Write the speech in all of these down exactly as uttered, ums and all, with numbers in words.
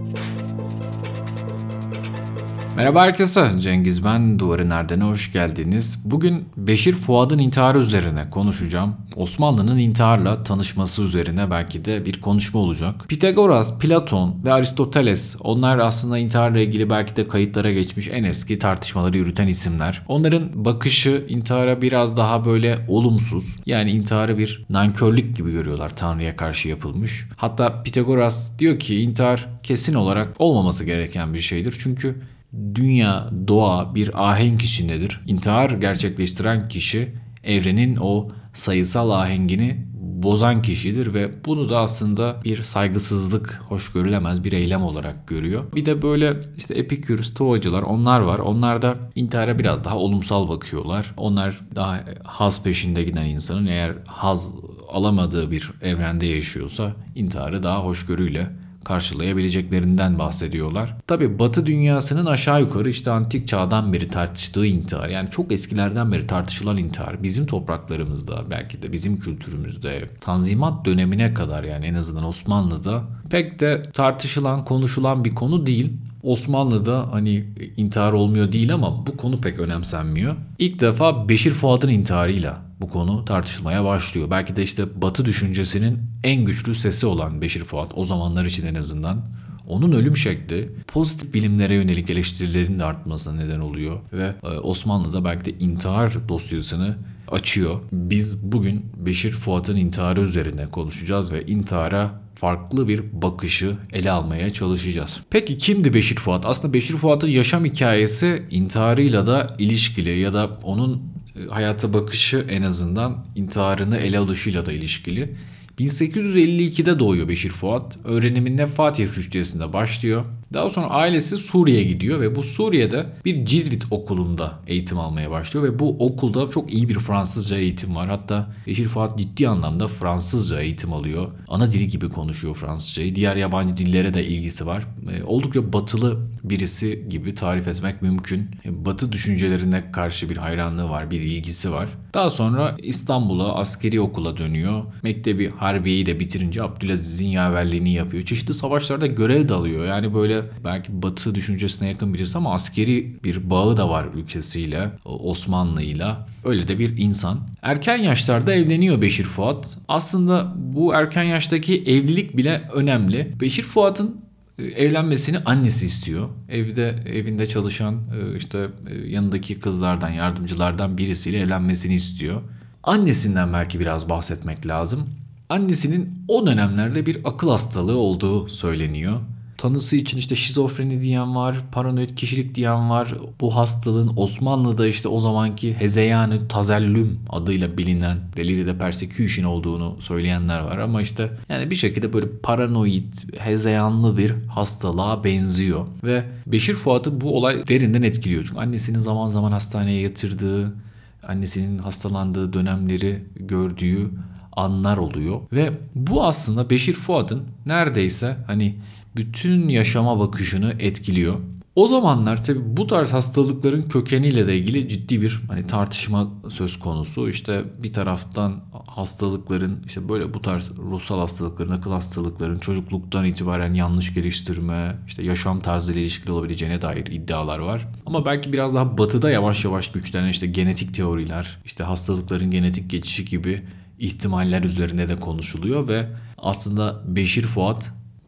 Merhaba herkese, Cengiz ben. Duvarı Nerden'e hoş geldiniz. Bugün Beşir Fuad'ın intiharı üzerine konuşacağım. Osmanlı'nın intiharla tanışması üzerine belki de bir konuşma olacak. Pitagoras, Platon ve Aristoteles, onlar aslında intiharla ilgili belki de kayıtlara geçmiş en eski tartışmaları yürüten isimler. Onların bakışı intihara biraz daha böyle olumsuz. Yani intiharı bir nankörlük gibi görüyorlar, Tanrı'ya karşı yapılmış. Hatta Pitagoras diyor ki intihar kesin olarak olmaması gereken bir şeydir. Çünkü dünya, doğa bir ahenk içindedir. İntihar gerçekleştiren kişi evrenin o sayısal ahengini bozan kişidir ve bunu da aslında bir saygısızlık, hoş görülemez bir eylem olarak görüyor. Bir de böyle işte Epikür, Stoacılar onlar var. Onlar da intihara biraz daha olumsal bakıyorlar. Onlar daha haz peşinde giden insanın eğer haz alamadığı bir evrende yaşıyorsa intiharı daha hoşgörüyle karşılayabileceklerinden bahsediyorlar. Tabi Batı dünyasının aşağı yukarı işte antik çağdan beri tartıştığı intihar, yani çok eskilerden beri tartışılan intihar bizim topraklarımızda, belki de bizim kültürümüzde Tanzimat dönemine kadar, yani en azından Osmanlı'da pek de tartışılan, konuşulan bir konu değil. Osmanlı'da hani intihar olmuyor değil ama bu konu pek önemsenmiyor. İlk defa Beşir Fuad'ın intiharıyla bu konu tartışılmaya başlıyor. Belki de işte Batı düşüncesinin en güçlü sesi olan Beşir Fuad, o zamanlar için en azından, onun ölüm şekli pozitif bilimlere yönelik eleştirilerin de artmasına neden oluyor ve Osmanlı'da belki de intihar dosyasını açıyor. Biz bugün Beşir Fuad'ın intiharı üzerine konuşacağız ve intihara farklı bir bakışı ele almaya çalışacağız. Peki kimdi Beşir Fuad? Aslında Beşir Fuad'ın yaşam hikayesi intiharıyla da ilişkili ya da onun hayata bakışı en azından intiharını ele alışıyla da ilişkili. bin sekiz yüz elli ikide doğuyor Beşir Fuad. Öğrenimine Fatih Rüştiyesi'nde başlıyor. Daha sonra ailesi Suriye'ye gidiyor ve bu Suriye'de bir Cizvit okulunda eğitim almaya başlıyor ve bu okulda çok iyi bir Fransızca eğitim var. Hatta Beşir Fuad ciddi anlamda Fransızca eğitim alıyor. Ana dili gibi konuşuyor Fransızcayı. Diğer yabancı dillere de ilgisi var. Oldukça batılı birisi gibi tarif etmek mümkün. Batı düşüncelerine karşı bir hayranlığı var, bir ilgisi var. Daha sonra İstanbul'a askeri okula dönüyor. Mektebi Harbiye'yi de bitirince Abdülaziz'in yaverliğini yapıyor. Çeşitli savaşlarda görev de alıyor. Yani böyle belki Batı düşüncesine yakın birisi ama askeri bir bağı da var ülkesiyle, Osmanlı'yla. Öyle de bir insan. Erken yaşlarda evleniyor Beşir Fuad. Aslında bu erken yaştaki evlilik bile önemli. Beşir Fuad'ın evlenmesini annesi istiyor. Evde evinde çalışan işte yanındaki kızlardan, yardımcılardan birisiyle evlenmesini istiyor. Annesinden belki biraz bahsetmek lazım. Annesinin o dönemlerde bir akıl hastalığı olduğu söyleniyor. Tanısı için işte şizofreni diyen var, paranoid kişilik diyen var. Bu hastalığın Osmanlı'da işte o zamanki hezeyanı tazellüm adıyla bilinen deliri de persecution olduğunu söyleyenler var. Ama işte yani bir şekilde böyle paranoid, hezeyanlı bir hastalığa benziyor. Ve Beşir Fuad'ı bu olay derinden etkiliyor. Çünkü annesinin zaman zaman hastaneye yatırdığı, annesinin hastalandığı dönemleri gördüğü anlar oluyor. Ve bu aslında Beşir Fuad'ın neredeyse hani bütün yaşama bakışını etkiliyor. O zamanlar tabii bu tarz hastalıkların kökeniyle de ilgili ciddi bir hani tartışma söz konusu. İşte bir taraftan hastalıkların, işte böyle bu tarz ruhsal hastalıkların, akıl hastalıkların çocukluktan itibaren yanlış geliştirme, işte yaşam tarzıyla ilişkili olabileceğine dair iddialar var. Ama belki biraz daha batıda yavaş yavaş güçlenen işte genetik teoriler, işte hastalıkların genetik geçişi gibi ihtimaller üzerine de konuşuluyor ve aslında Beşir Fuad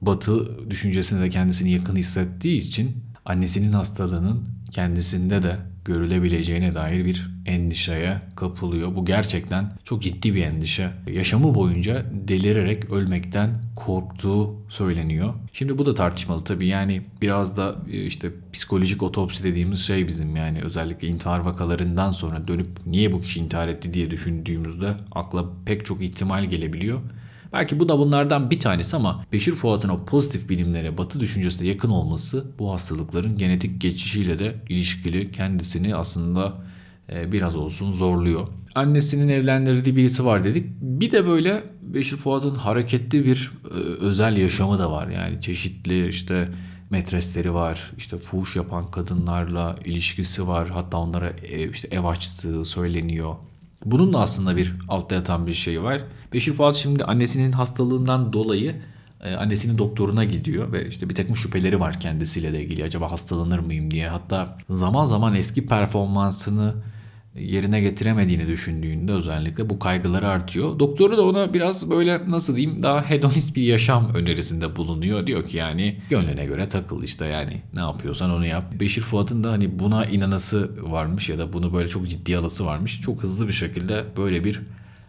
Batı düşüncesine de kendisini yakın hissettiği için annesinin hastalığının kendisinde de görülebileceğine dair bir endişeye kapılıyor. Bu gerçekten çok ciddi bir endişe. Yaşamı boyunca delirerek ölmekten korktuğu söyleniyor. Şimdi bu da tartışmalı tabii. Yani biraz da işte psikolojik otopsi dediğimiz şey bizim, yani özellikle intihar vakalarından sonra dönüp niye bu kişi intihar etti diye düşündüğümüzde akla pek çok ihtimal gelebiliyor. Belki bu da bunlardan bir tanesi ama Beşir Fuad'ın o pozitif bilimlere, Batı düşüncesine yakın olması bu hastalıkların genetik geçişiyle de ilişkili, kendisini aslında biraz olsun zorluyor. Annesinin evlendirdiği birisi var dedik. Bir de böyle Beşir Fuad'ın hareketli bir özel yaşamı da var. Yani çeşitli işte metresleri var, işte fuhuş yapan kadınlarla ilişkisi var. Hatta onlara ev, işte ev açtığı söyleniyor. Bunun da aslında bir altta yatan bir şey var. Beşir Fuad şimdi annesinin hastalığından dolayı e, annesinin doktoruna gidiyor ve işte bir takım şüpheleri var kendisiyle de ilgili. Acaba hastalanır mıyım diye. Hatta zaman zaman eski performansını yerine getiremediğini düşündüğünde özellikle bu kaygıları artıyor. Doktoru da ona biraz böyle nasıl diyeyim daha hedonist bir yaşam önerisinde bulunuyor. Diyor ki yani gönlüne göre takıl işte yani ne yapıyorsan onu yap. Beşir Fuat'ın da hani buna inanası varmış ya da bunu böyle çok ciddiye alısı varmış. Çok hızlı bir şekilde böyle bir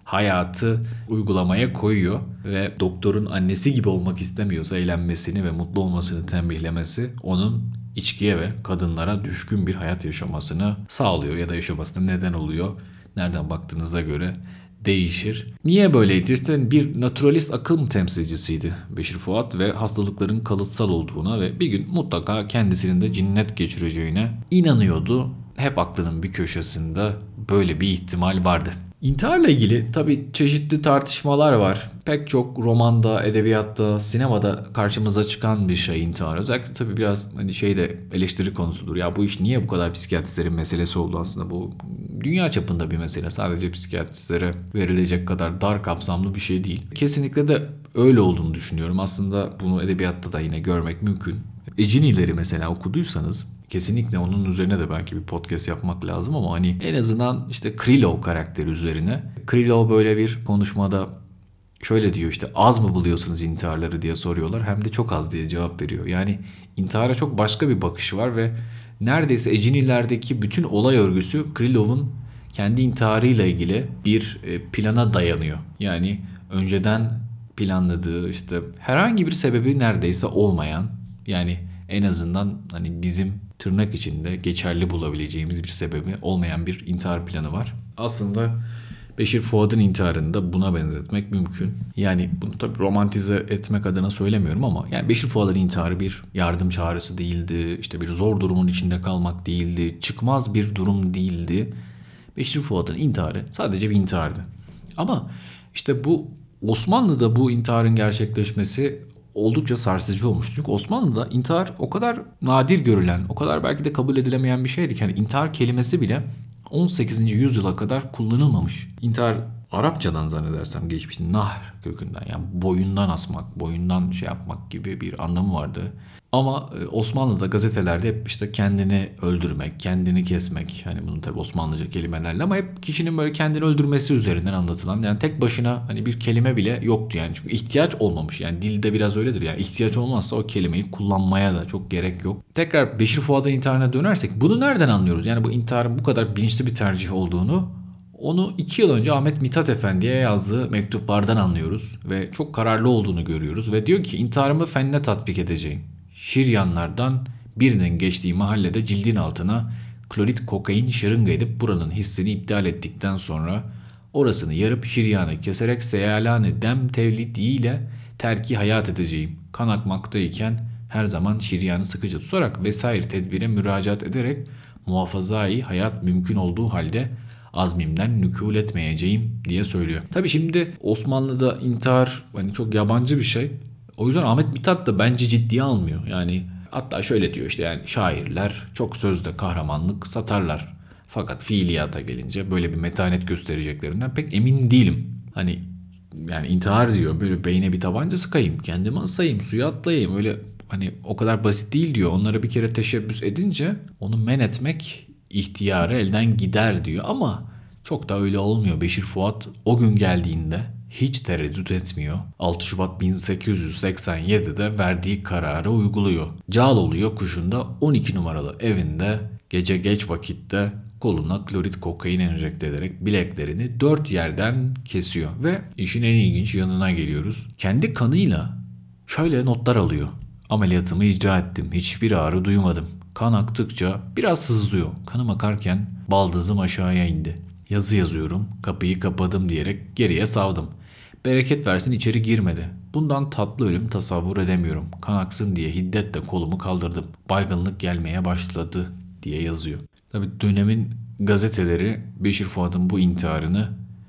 hayatı uygulamaya koyuyor ve doktorun annesi gibi olmak istemiyorsa eğlenmesini ve mutlu olmasını tembihlemesi onun içkiye ve kadınlara düşkün bir hayat yaşamasını sağlıyor ya da yaşamasına neden oluyor. Nereden baktığınıza göre değişir. Niye böyleydi? İşte bir naturalist akım temsilcisiydi Beşir Fuat ve hastalıkların kalıtsal olduğuna ve bir gün mutlaka kendisinin de cinnet geçireceğine inanıyordu. Hep aklının bir köşesinde böyle bir ihtimal vardı. İntiharla ilgili tabii çeşitli tartışmalar var. Pek çok romanda, edebiyatta, sinemada karşımıza çıkan bir şey intihar. Özellikle tabii biraz hani şey de eleştiri konusudur. Ya bu iş niye bu kadar psikiyatristlerin meselesi oldu aslında? Bu dünya çapında bir mesele. Sadece psikiyatristlere verilecek kadar dar kapsamlı bir şey değil. Kesinlikle de öyle olduğunu düşünüyorum. Aslında bunu edebiyatta da yine görmek mümkün. Ecinileri mesela okuduysanız kesinlikle onun üzerine de belki bir podcast yapmak lazım ama hani en azından işte Krylov karakteri üzerine. Krylov böyle bir konuşmada şöyle diyor işte az mı buluyorsunuz intiharları diye soruyorlar. Hem de çok az diye cevap veriyor. Yani intihara çok başka bir bakışı var ve neredeyse Eciniler'deki bütün olay örgüsü Krylov'un kendi intiharıyla ilgili bir plana dayanıyor. Yani önceden planladığı işte herhangi bir sebebi neredeyse olmayan yani en azından hani bizim tırnak içinde geçerli bulabileceğimiz bir sebebi olmayan bir intihar planı var. Aslında Beşir Fuat'ın intiharını da buna benzetmek mümkün. Yani bunu tabii romantize etmek adına söylemiyorum ama yani Beşir Fuat'ın intiharı bir yardım çağrısı değildi. İşte bir zor durumun içinde kalmak değildi. Çıkmaz bir durum değildi. Beşir Fuat'ın intiharı sadece bir intihardı. Ama işte bu Osmanlı'da bu intiharın gerçekleşmesi oldukça sarsıcı olmuş. Çünkü Osmanlı'da intihar o kadar nadir görülen, o kadar belki de kabul edilemeyen bir şeydi ki yani intihar kelimesi bile on sekizinci yüzyıla kadar kullanılmamış. İntihar Arapçadan zannedersem geçmiş. Nahr kökünden yani boyundan asmak, boyundan şey yapmak gibi bir anlamı vardı. Ama Osmanlı'da gazetelerde hep işte kendini öldürmek, kendini kesmek. Hani bunu tabii Osmanlıca kelimelerle ama hep kişinin böyle kendini öldürmesi üzerinden anlatılan. Yani tek başına hani bir kelime bile yoktu yani. Çünkü ihtiyaç olmamış. Yani dilde biraz öyledir yani. İhtiyaç olmazsa o kelimeyi kullanmaya da çok gerek yok. Tekrar Beşir Fuad'ın intiharına dönersek bunu nereden anlıyoruz? Yani bu intiharın bu kadar bilinçli bir tercih olduğunu onu iki yıl önce Ahmet Mithat Efendi'ye yazdığı mektuplardan anlıyoruz. Ve çok kararlı olduğunu görüyoruz. Ve diyor ki intiharımı fenne tatbik edeceğim. Şiryanlardan birinin geçtiği mahallede cildin altına klorit kokain şırınga edip buranın hissini iptal ettikten sonra orasını yarıp şiryanı keserek seyalanı dem tevlidiyle terki hayat edeceğim. Kan akmaktayken her zaman şiryanı sıkıca tutarak vesaire tedbire müracaat ederek muhafazayı hayat mümkün olduğu halde azmimden nükûl etmeyeceğim diye söylüyor. Tabi şimdi Osmanlı'da intihar hani çok yabancı bir şey. O yüzden Ahmet Mithat da bence ciddiye almıyor. Yani hatta şöyle diyor işte yani şairler çok sözde kahramanlık satarlar. Fakat fiiliyata gelince böyle bir metanet göstereceklerinden pek emin değilim. Hani yani intihar diyor böyle beyne bir tabanca sıkayım, kendimi asayım, suya atlayayım öyle hani o kadar basit değil diyor. Onlara bir kere teşebbüs edince onu men etmek ihtiyarı elden gider diyor ama çok da öyle olmuyor. Beşir Fuat o gün geldiğinde hiç tereddüt etmiyor. altı Şubat bin sekiz yüz seksen yedide verdiği kararı uyguluyor. Cağaloğlu yokuşunda on iki numaralı evinde gece geç vakitte koluna klorit kokain enjekte ederek bileklerini dört yerden kesiyor. Ve işin en ilginç yanına geliyoruz. Kendi kanıyla şöyle notlar alıyor. Ameliyatımı icra ettim. Hiçbir ağrı duymadım. Kan aktıkça biraz sızlıyor. Kanım akarken baldızım aşağıya indi. Yazı yazıyorum, kapıyı kapadım diyerek geriye savdım. Bereket versin içeri girmedi. Bundan tatlı ölüm tasavvur edemiyorum. Kan aksın diye hiddetle kolumu kaldırdım. Baygınlık gelmeye başladı diye yazıyor. Tabii dönemin gazeteleri Beşir Fuat'ın bu intiharını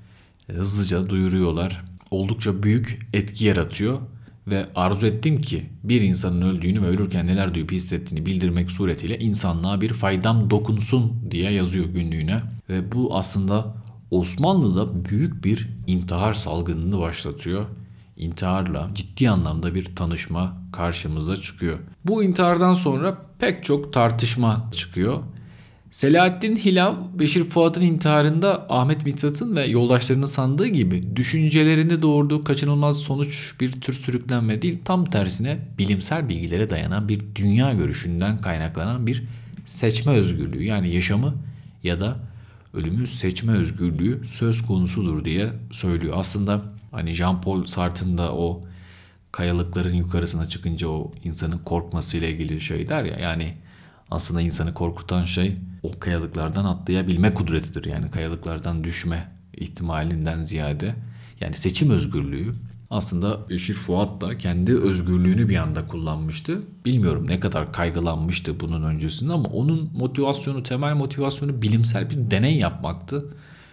hızlıca duyuruyorlar. Oldukça büyük etki yaratıyor. Ve arzu ettim ki bir insanın öldüğünü ve ölürken neler duyup hissettiğini bildirmek suretiyle insanlığa bir faydam dokunsun diye yazıyor günlüğüne. Ve bu aslında Osmanlı'da büyük bir intihar salgınını başlatıyor. intiharla ciddi anlamda bir tanışma karşımıza çıkıyor. Bu intihardan sonra pek çok tartışma çıkıyor. Selahattin Hilav, Beşir Fuat'ın intiharında Ahmet Mithat'ın ve yoldaşlarının sandığı gibi düşüncelerini doğurduğu kaçınılmaz sonuç bir tür sürüklenme değil, tam tersine bilimsel bilgilere dayanan bir dünya görüşünden kaynaklanan bir seçme özgürlüğü, yani yaşamı ya da ölümü seçme özgürlüğü söz konusudur diye söylüyor. Aslında hani Jean-Paul Sartre'ın da o kayalıkların yukarısına çıkınca o insanın korkmasıyla ilgili şey der ya, yani aslında insanı korkutan şey o kayalıklardan atlayabilme kudretidir. Yani kayalıklardan düşme ihtimalinden ziyade, yani seçim özgürlüğü. Aslında Beşir Fuat da kendi özgürlüğünü bir anda kullanmıştı. Bilmiyorum ne kadar kaygılanmıştı bunun öncesinde ama onun motivasyonu, temel motivasyonu bilimsel bir deney yapmaktı.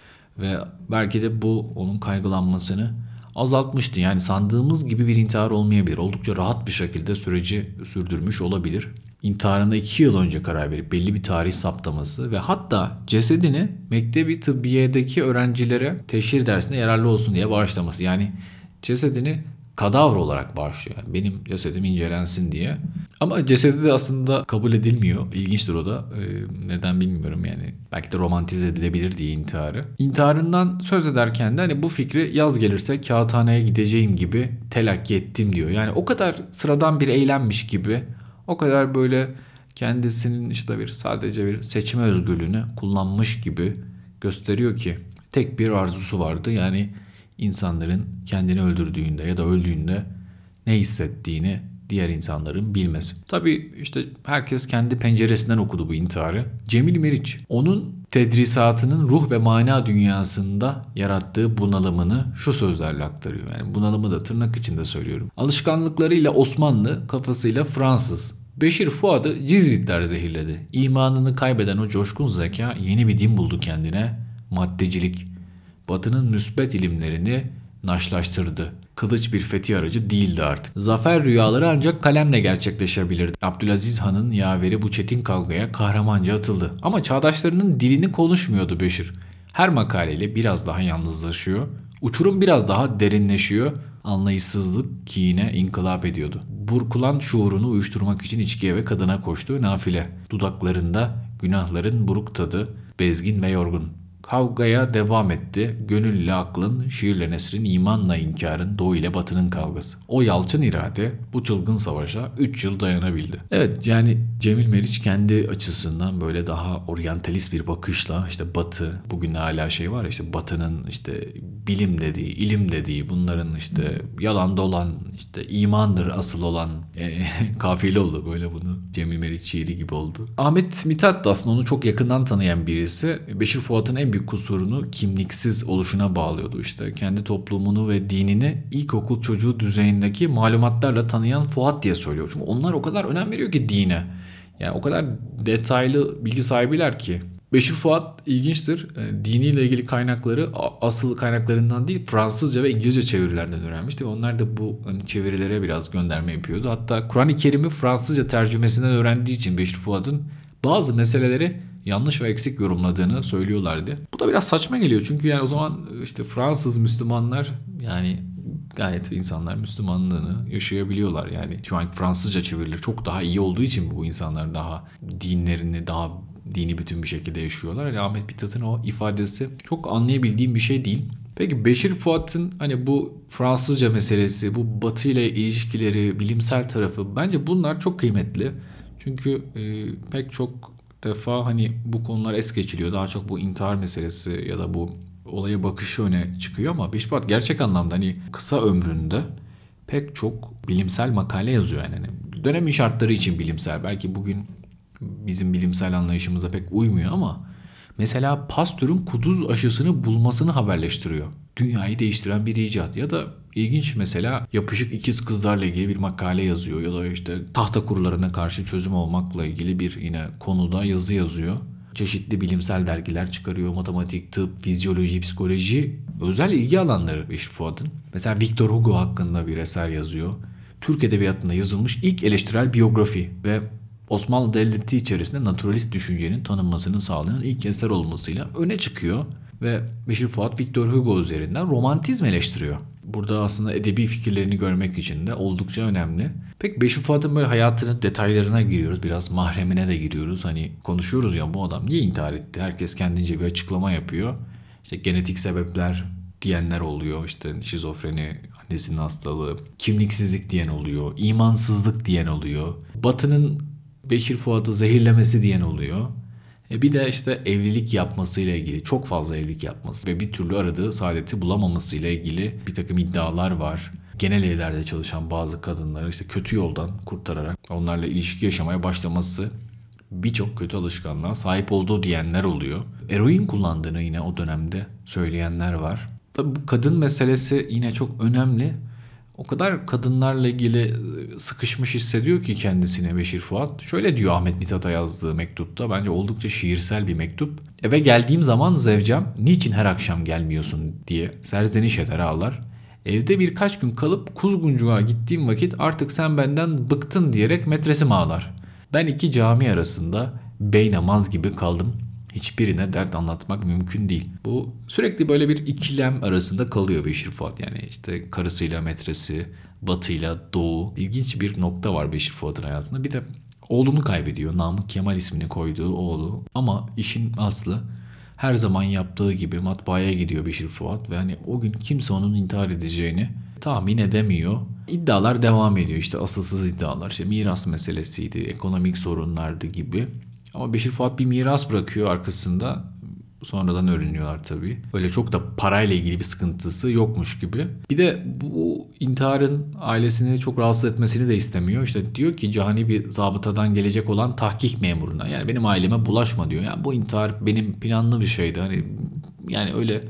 Ve belki de bu onun kaygılanmasını azaltmıştı. Yani sandığımız gibi bir intihar olmayabilir. Oldukça rahat bir şekilde süreci sürdürmüş olabilir. İntiharına iki yıl önce karar verip belli bir tarih saptaması ve hatta cesedini Mektebi Tıbbiye'deki öğrencilere teşhir dersine yararlı olsun diye bağışlaması. Yani cesedini kadavra olarak bağışlıyor. Yani benim cesedim incelensin diye. Ama cesedi de aslında kabul edilmiyor. İlginçtir o da. Ee, neden bilmiyorum yani. Belki de romantize edilebilir diye intiharı. İntiharından söz ederken de hani bu fikri yaz gelirse kağıthaneye gideceğim gibi telakki ettim diyor. Yani o kadar sıradan bir eylemmiş gibi, o kadar böyle kendisinin işte bir sadece bir seçme özgürlüğünü kullanmış gibi gösteriyor ki tek bir arzusu vardı. Yani insanların kendini öldürdüğünde ya da öldüğünde ne hissettiğini diğer insanların bilmesi. Tabii işte herkes kendi penceresinden okudu bu intiharı. Cemil Meriç, onun tedrisatının ruh ve mana dünyasında yarattığı bunalımını şu sözlerle aktarıyor. Yani bunalımı da tırnak içinde söylüyorum. Alışkanlıklarıyla Osmanlı, kafasıyla Fransız. Beşir Fuad'ı Cizvitler zehirledi. İmanını kaybeden o coşkun zeka yeni bir din buldu kendine. Maddecilik. Batı'nın müsbet ilimlerini naşlaştırdı. Kılıç bir fethi aracı değildi artık. Zafer rüyaları ancak kalemle gerçekleşebilirdi. Abdülaziz Han'ın yaveri bu çetin kavgaya kahramanca atıldı. Ama çağdaşlarının dilini konuşmuyordu Beşir. Her makaleyle biraz daha yalnızlaşıyor. Uçurum biraz daha derinleşiyor. Anlayışsızlık kine inkılap ediyordu. Burkulan şuurunu uyuşturmak için içkiye ve kadına koştu nafile. Dudaklarında günahların buruk tadı, bezgin ve yorgun. Kavgaya devam etti. Gönülle aklın, şiirle nesrin, imanla inkarın, doğu ile batının kavgası. O yalçın irade bu çılgın savaşa üç yıl dayanabildi. Evet, yani Cemil Meriç kendi açısından böyle daha oryantalist bir bakışla işte batı, bugün hala şey var ya, işte batının işte bilim dediği, ilim dediği, bunların işte yalan dolan, işte imandır asıl olan e, kafile oldu böyle, bunu Cemil Meriç şiiri gibi oldu. Ahmet Mithat da aslında onu çok yakından tanıyan birisi. Beşir Fuat'ın en büyük kusurunu kimliksiz oluşuna bağlıyordu işte. Kendi toplumunu ve dinini ilkokul çocuğu düzeyindeki malumatlarla tanıyan Fuat diye söylüyor. Çünkü onlar o kadar önem veriyor ki dine. Yani o kadar detaylı bilgi sahibiler ki. Beşir Fuat ilginçtir. E, diniyle ilgili kaynakları asıl kaynaklarından değil, Fransızca ve İngilizce çevirilerden öğrenmişti. Ve onlar da bu hani, çevirilere biraz gönderme yapıyordu. Hatta Kur'an-ı Kerim'i Fransızca tercümesinden öğrendiği için Beşir Fuat'ın bazı meseleleri yanlış ve eksik yorumladığını söylüyorlardı. Bu da biraz saçma geliyor çünkü yani o zaman işte Fransız Müslümanlar, yani gayet insanlar Müslümanlığını yaşayabiliyorlar. Yani şu anki Fransızca çevirilir çok daha iyi olduğu için bu insanlar daha dinlerini daha dini bütün bir şekilde yaşıyorlar. Yani Ahmet Mithat'ın o ifadesi çok anlayabildiğim bir şey değil. Peki Beşir Fuat'ın hani bu Fransızca meselesi, bu Batı ile ilişkileri, bilimsel tarafı, bence bunlar çok kıymetli. Çünkü e, pek çok defa hani bu konular es geçiliyor. Daha çok bu intihar meselesi ya da bu olaya bakışı öne çıkıyor ama Beşir Fuat gerçek anlamda hani kısa ömründe pek çok bilimsel makale yazıyor yani. Hani dönemin şartları için bilimsel. Belki bugün bizim bilimsel anlayışımıza pek uymuyor ama mesela Pasteur'ün kuduz aşısını bulmasını haberleştiriyor. Dünyayı değiştiren bir icat. Ya da ilginç mesela yapışık ikiz kızlarla ilgili bir makale yazıyor. Ya da işte tahta kurularına karşı çözüm olmakla ilgili bir yine konuda yazı yazıyor. Çeşitli bilimsel dergiler çıkarıyor. Matematik, tıp, fizyoloji, psikoloji özel ilgi alanları Beşir Fuat'ın. Mesela Victor Hugo hakkında bir eser yazıyor. Türk edebiyatında yazılmış ilk eleştirel biyografi ve Osmanlı Devleti içerisinde naturalist düşüncenin tanınmasını sağlayan ilk eser olmasıyla öne çıkıyor ve Beşir Fuat Victor Hugo üzerinden romantizm eleştiriyor. burada aslında edebi fikirlerini görmek için de oldukça önemli. Peki Beşir Fuat'ın böyle hayatının detaylarına giriyoruz. Biraz mahremine de giriyoruz. Hani konuşuyoruz ya, bu adam niye intihar etti? Herkes kendince bir açıklama yapıyor. İşte genetik sebepler diyenler oluyor. İşte şizofreni, annesinin hastalığı, kimliksizlik diyen oluyor. İmansızlık diyen oluyor. Batı'nın Beşir Fuat'ı zehirlemesi diyen oluyor. E bir de işte evlilik yapmasıyla ilgili, çok fazla evlilik yapması ve bir türlü aradığı saadeti bulamamasıyla ilgili bir takım iddialar var. Genel evlerde çalışan bazı kadınları işte kötü yoldan kurtararak onlarla ilişki yaşamaya başlaması, birçok kötü alışkanlığa sahip olduğu diyenler oluyor. Eroin kullandığını yine o dönemde söyleyenler var. Tabii bu kadın meselesi yine çok önemli. O kadar kadınlarla ilgili sıkışmış hissediyor ki kendisine Beşir Fuat. Şöyle diyor Ahmet Mithat'a yazdığı mektupta. Bence oldukça şiirsel bir mektup. Eve geldiğim zaman zevcem niçin her akşam gelmiyorsun diye serzeniş eder, ağlar. Evde birkaç gün kalıp Kuzguncuğa gittiğim vakit artık sen benden bıktın diyerek metresim ağlar. Ben iki cami arasında beynamaz gibi kaldım. Hiçbirine dert anlatmak mümkün değil. Bu sürekli böyle bir ikilem arasında kalıyor Beşir Fuat. Yani işte karısıyla metresi, batıyla doğu. İlginç bir nokta var Beşir Fuat'ın hayatında. Bir de oğlunu kaybediyor. Namık Kemal ismini koyduğu oğlu. Ama işin aslı, her zaman yaptığı gibi matbaaya gidiyor Beşir Fuat. Ve hani o gün kimse onun intihar edeceğini tahmin edemiyor. İddialar devam ediyor, işte asılsız iddialar. İşte miras meselesiydi, ekonomik sorunlardı gibi. Ama Beşir Fuat bir miras bırakıyor arkasında. Sonradan öğreniyorlar tabii. Öyle çok da parayla ilgili bir sıkıntısı yokmuş gibi. Bir de bu intiharın ailesini çok rahatsız etmesini de istemiyor. İşte diyor ki cani bir zabıtadan gelecek olan tahkik memuruna, yani benim aileme bulaşma diyor. Yani bu intihar benim planlı bir şeydi. Hani yani öyle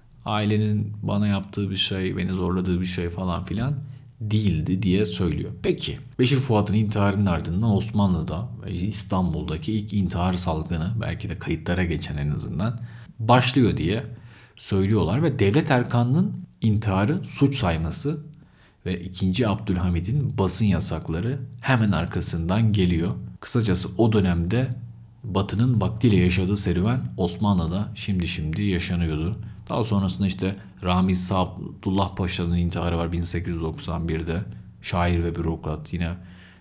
ailenin bana yaptığı bir şey, beni zorladığı bir şey falan filan değildi diye söylüyor. Peki Beşir Fuat'ın intiharının ardından Osmanlı'da ve İstanbul'daki ilk intihar salgını, belki de kayıtlara geçen en azından, başlıyor diye söylüyorlar ve Devlet Erkan'ın intiharı suç sayması ve ikinci. Abdülhamid'in basın yasakları hemen arkasından geliyor. Kısacası o dönemde Batı'nın vaktiyle yaşadığı serüven Osmanlı'da şimdi şimdi yaşanıyordu. Daha sonrasında işte Ramiz Sadullah Paşa'nın intiharı var bin sekiz yüz doksan birde. Şair ve bürokrat yine.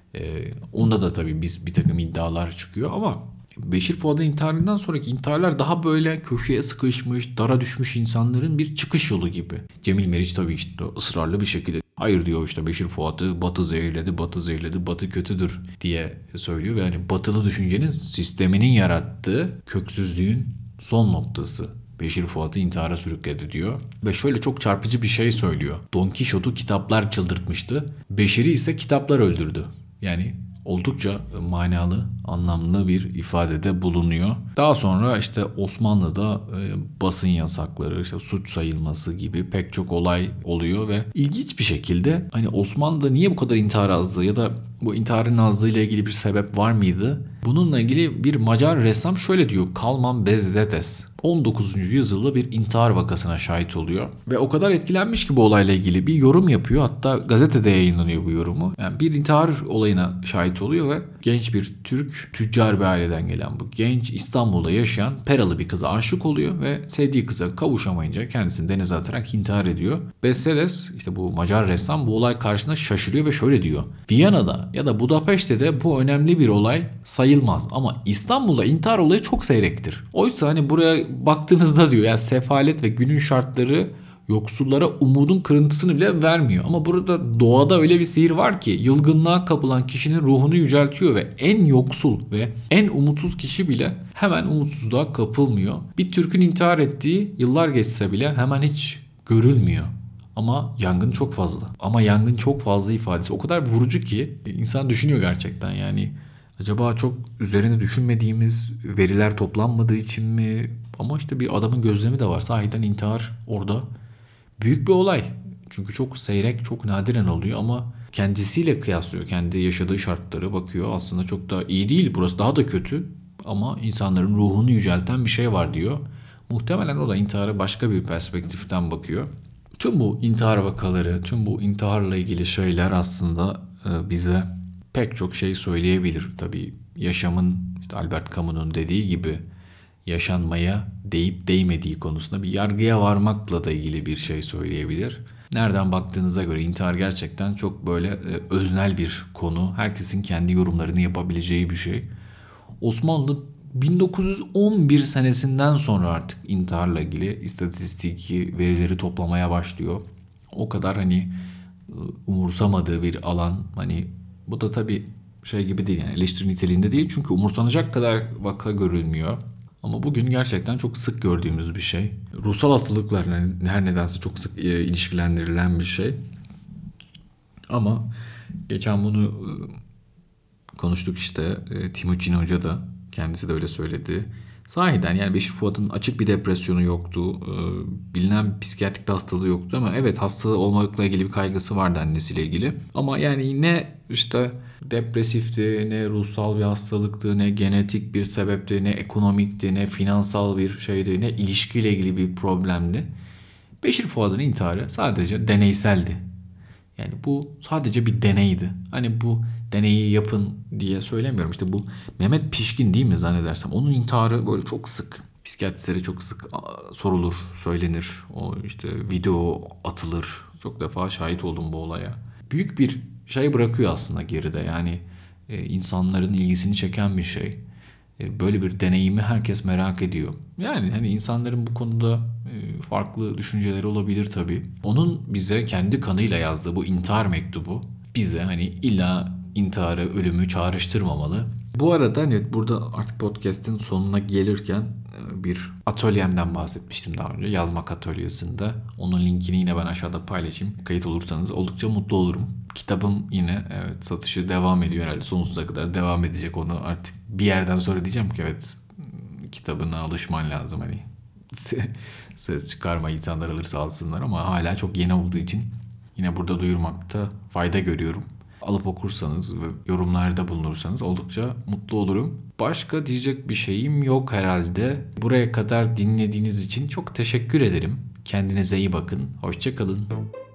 E, onda da tabii biz bir takım iddialar çıkıyor ama Beşir Fuat'ın intiharından sonraki intiharlar daha böyle köşeye sıkışmış, dara düşmüş insanların bir çıkış yolu gibi. Cemil Meriç tabii işte ısrarlı bir şekilde hayır diyor, işte Beşir Fuat'ı Batı zehirledi, Batı zehirledi, Batı kötüdür diye söylüyor. Ve yani batılı düşüncenin, sisteminin yarattığı köksüzlüğün son noktası Beşir Fuat'ı intihara sürükledi diyor. Ve şöyle çok çarpıcı bir şey söylüyor. Don Kişot'u kitaplar çıldırtmıştı. Beşir'i ise kitaplar öldürdü. Yani oldukça manalı, anlamlı bir ifadede bulunuyor. Daha sonra işte Osmanlı'da e, basın yasakları, işte suç sayılması gibi pek çok olay oluyor ve ilginç bir şekilde hani Osmanlı'da niye bu kadar intihar azlığı ya da bu intiharın azlığı ile ilgili bir sebep var mıydı? Bununla ilgili bir Macar ressam şöyle diyor: Kalman Bezdetes on dokuzuncu yüzyılda bir intihar vakasına şahit oluyor. Ve o kadar etkilenmiş ki bu olayla ilgili bir yorum yapıyor. Hatta gazetede yayınlanıyor bu yorumu. Yani bir intihar olayına şahit oluyor ve genç bir Türk, tüccar bir aileden gelen bu genç İstanbul'da yaşayan Peralı bir kıza aşık oluyor ve sevdiği kıza kavuşamayınca kendisini denize atarak intihar ediyor. Bezdetes, işte bu Macar ressam, bu olay karşısında şaşırıyor ve şöyle diyor: Viyana'da ya da Budapeşte'de bu önemli bir olay sayılmaz ama İstanbul'da intihar olayı çok seyrektir. Oysa hani buraya baktığınızda diyor, yani sefalet ve günün şartları yoksullara umudun kırıntısını bile vermiyor. Ama burada doğada öyle bir sihir var ki yılgınlığa kapılan kişinin ruhunu yüceltiyor ve en yoksul ve en umutsuz kişi bile hemen umutsuzluğa kapılmıyor. Bir Türk'ün intihar ettiği yıllar geçse bile hemen hiç görülmüyor. Ama yangın çok fazla. Ama yangın çok fazla ifadesi o kadar vurucu ki insan düşünüyor gerçekten. Yani acaba çok üzerine düşünmediğimiz veriler toplanmadığı için mi? Ama işte bir adamın gözlemi de var. Sahiden intihar orada büyük bir olay. Çünkü çok seyrek, çok nadiren oluyor ama kendisiyle kıyaslıyor. Kendi yaşadığı şartları bakıyor. Aslında çok da iyi değil. Burası daha da kötü. Ama insanların ruhunu yücelten bir şey var diyor. Muhtemelen o da intihara başka bir perspektiften bakıyor. Tüm bu intihar vakaları, tüm bu intiharla ilgili şeyler aslında bize pek çok şey söyleyebilir. Tabii yaşamın, işte Albert Camus'un dediği gibi, yaşanmaya değip değmediği konusunda bir yargıya varmakla da ilgili bir şey söyleyebilir. Nereden baktığınıza göre intihar gerçekten çok böyle e, öznel bir konu. Herkesin kendi yorumlarını yapabileceği bir şey. Osmanlı bin dokuz yüz on bir senesinden sonra artık intiharla ilgili istatistiki verileri toplamaya başlıyor. O kadar hani e, umursamadığı bir alan. Hani bu da tabii şey gibi değil, yani eleştiri niteliğinde değil. Çünkü umursanacak kadar vaka görülmüyor. Ama bugün gerçekten çok sık gördüğümüz bir şey. Ruhsal hastalıklarla her nedense çok sık e, ilişkilendirilen bir şey. Ama geçen bunu e, konuştuk işte, e, Timuçin Hoca da kendisi de öyle söyledi. Sahiden yani Beşir Fuat'ın açık bir depresyonu yoktu. E, bilinen psikiyatrik bir hastalığı yoktu ama evet, hasta olmakla ilgili bir kaygısı vardı annesiyle ilgili. Ama yani ne işte depresifti, ne ruhsal bir hastalıktı, ne genetik bir sebepti, ne ekonomikti, ne finansal bir şeydi, ne ilişkiyle ilgili bir problemdi. Beşir Fuad'ın intiharı sadece deneyseldi. Yani bu sadece bir deneydi. Hani bu deneyi yapın diye söylemiyorum. İşte bu Mehmet Pişkin değil mi zannedersem? Onun intiharı böyle çok sık. Psikiyatristlere çok sık sorulur, söylenir. O işte video atılır. Çok defa şahit oldum bu olaya. Büyük bir şey bırakıyor aslında geride. Yani e, insanların ilgisini çeken bir şey. E, böyle bir deneyimi herkes merak ediyor. Yani hani insanların bu konuda e, farklı düşünceleri olabilir tabii. Onun bize kendi kanıyla yazdığı bu intihar mektubu bize hani illa intiharı, ölümü çağrıştırmamalı. Bu arada evet, burada artık podcast'in sonuna gelirken e, bir atölyemden bahsetmiştim daha önce. Yazmak atölyesinde. Onun linkini yine ben aşağıda paylaşayım. Kayıt olursanız oldukça mutlu olurum. Kitabım yine evet satışı devam ediyor, herhalde sonsuza kadar devam edecek. Onu artık bir yerden sonra diyeceğim ki evet, kitabına alışman lazım, hani ses çıkarma, insanlar alırsa alsınlar, ama hala çok yeni olduğu için yine burada duyurmakta fayda görüyorum. Alıp okursanız ve yorumlarda bulunursanız oldukça mutlu olurum. Başka diyecek bir şeyim yok herhalde. Buraya kadar dinlediğiniz için çok teşekkür ederim. Kendinize iyi bakın. Hoşça kalın.